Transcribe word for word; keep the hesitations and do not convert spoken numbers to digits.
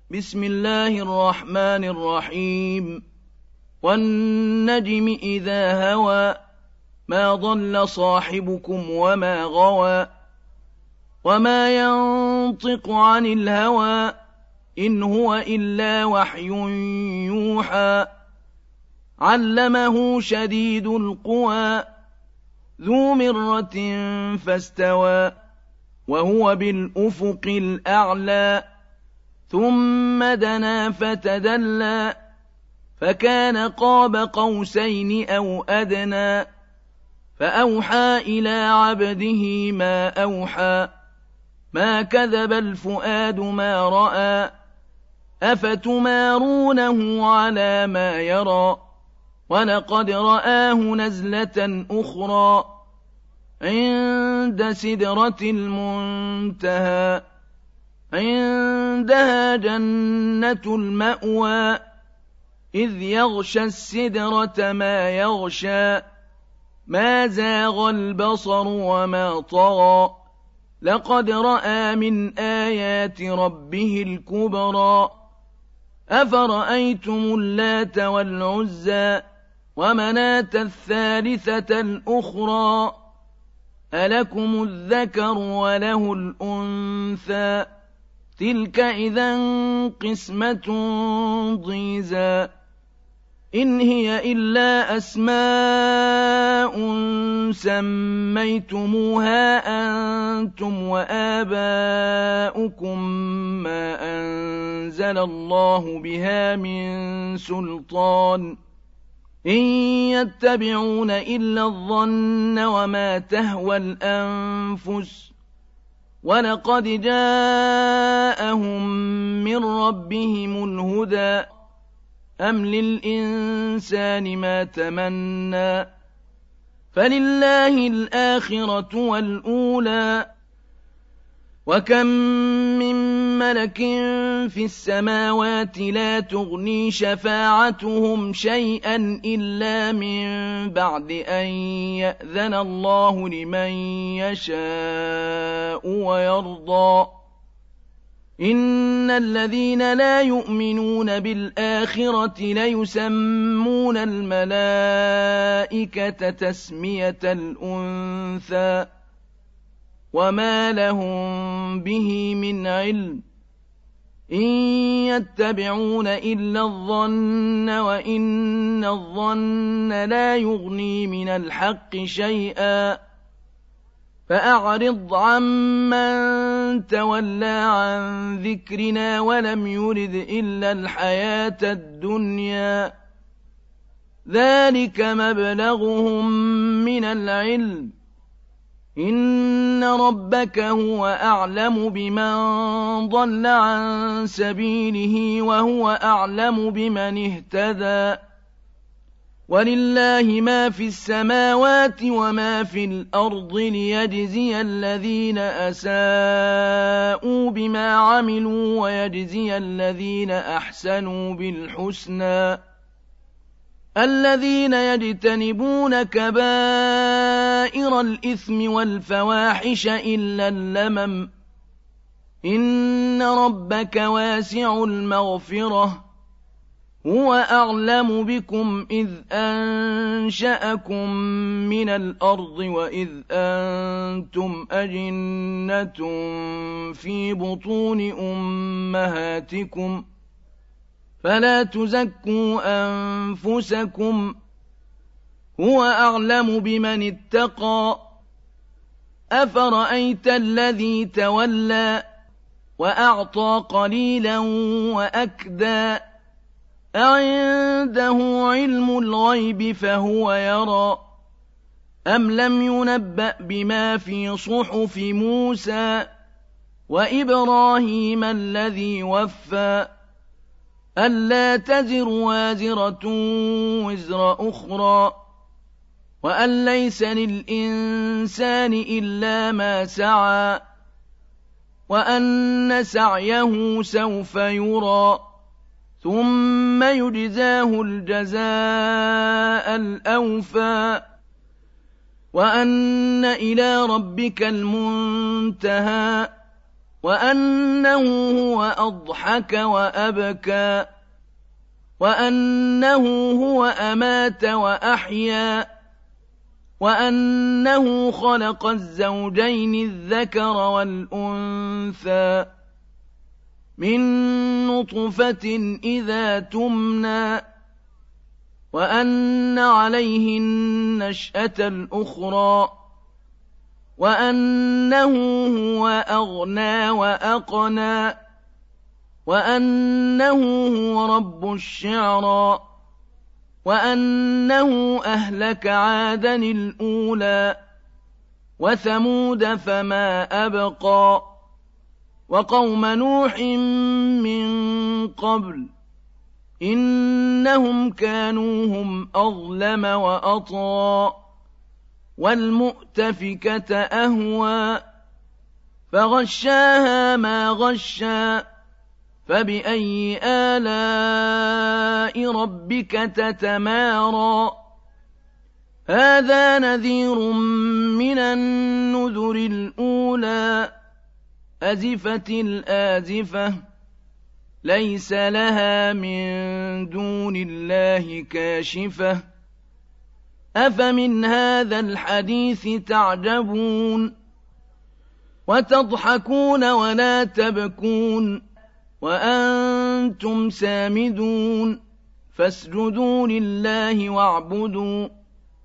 بسم الله الرحمن الرحيم والنجم إذا هوى ما ضل صاحبكم وما غوى وما ينطق عن الهوى إن هو إلا وحي يوحى علمه شديد القوى ذو مرة فاستوى وهو بالأفق الأعلى ثم دنا فتدلى فكان قاب قوسين أو أدنى فأوحى إلى عبده ما أوحى ما كذب الفؤاد ما رأى أفتمارونه على ما يرى ولقد رآه نزلة أخرى عند سدرة المنتهى عندها جنة المأوى إذ يغشى السدرة ما يغشى ما زاغ البصر وما طغى لقد رأى من آيات ربه الكبرى أفرأيتم اللات والعزى ومناة الثالثة الأخرى ألكم الذكر وله الأنثى تلك إذا قسمة ضيزى إن هي إلا أسماء سميتموها أنتم وآباؤكم ما أنزل الله بها من سلطان إن يتبعون إلا الظن وما تهوى الأنفس ولقد جاءهم من ربهم الهدى أم للإنسان ما تمنى فلله الآخرة والأولى وكم من ملك في السماوات لا تغني شفاعتهم شيئا إلا من بعد أن يأذن الله لمن يشاء ويرضى إن الذين لا يؤمنون بالآخرة ليسمون الملائكة تسمية الأنثى وما لهم به من علم إن يتبعون إلا الظن وإن الظن لا يغني من الحق شيئا فأعرض عمن تولى عن ذكرنا ولم يرد إلا الحياة الدنيا ذلك مبلغهم من العلم إن ربك هو أعلم بمن ضل عن سبيله وهو أعلم بمن اهتدى ولله ما في السماوات وما في الأرض ليجزي الذين أساءوا بما عملوا ويجزي الذين أحسنوا بالحسنى الذين يجتنبون كبائر الإثم والفواحش إلا اللمم إن ربك واسع المغفرة هو أعلم بكم إذ أنشأكم من الأرض وإذ أنتم أجنة في بطون أمهاتكم فلا تزكوا أنفسكم هو أعلم بمن اتقى أفرأيت الذي تولى وأعطى قليلا وأكدى أعنده علم الغيب فهو يرى أم لم ينبأ بما في صحف موسى وإبراهيم الذي وفى ألا تزر وازرة وزر أخرى وأن ليس للإنسان إلا ما سعى وأن سعيه سوف يرى ثم يجزاه الجزاء الأوفى وأن إلى ربك المنتهى وأنه هو أضحك وأبكى وأنه هو أمات وأحيا وأنه خلق الزوجين الذكر والأنثى من نطفة إذا تمنى وأن عليه النشأة الأخرى وأنه هو أغنى وأقنى وأنه هو رب الشعرى وأنه أهلك عادا الأولى وثمود فما أبقى وقوم نوح من قبل إنهم كانوا هم أظلم وأطغى والمؤتفكة أهوى فغشاها ما غشى فبأي آلاء ربك تتمارى هذا نذير من النذر الأولى أزفت الآزفة ليس لها من دون الله كاشفة أفمن هذا الحديث تعجبون وتضحكون ولا تبكون وأنتم سامدون فاسجدوا لله واعبدوا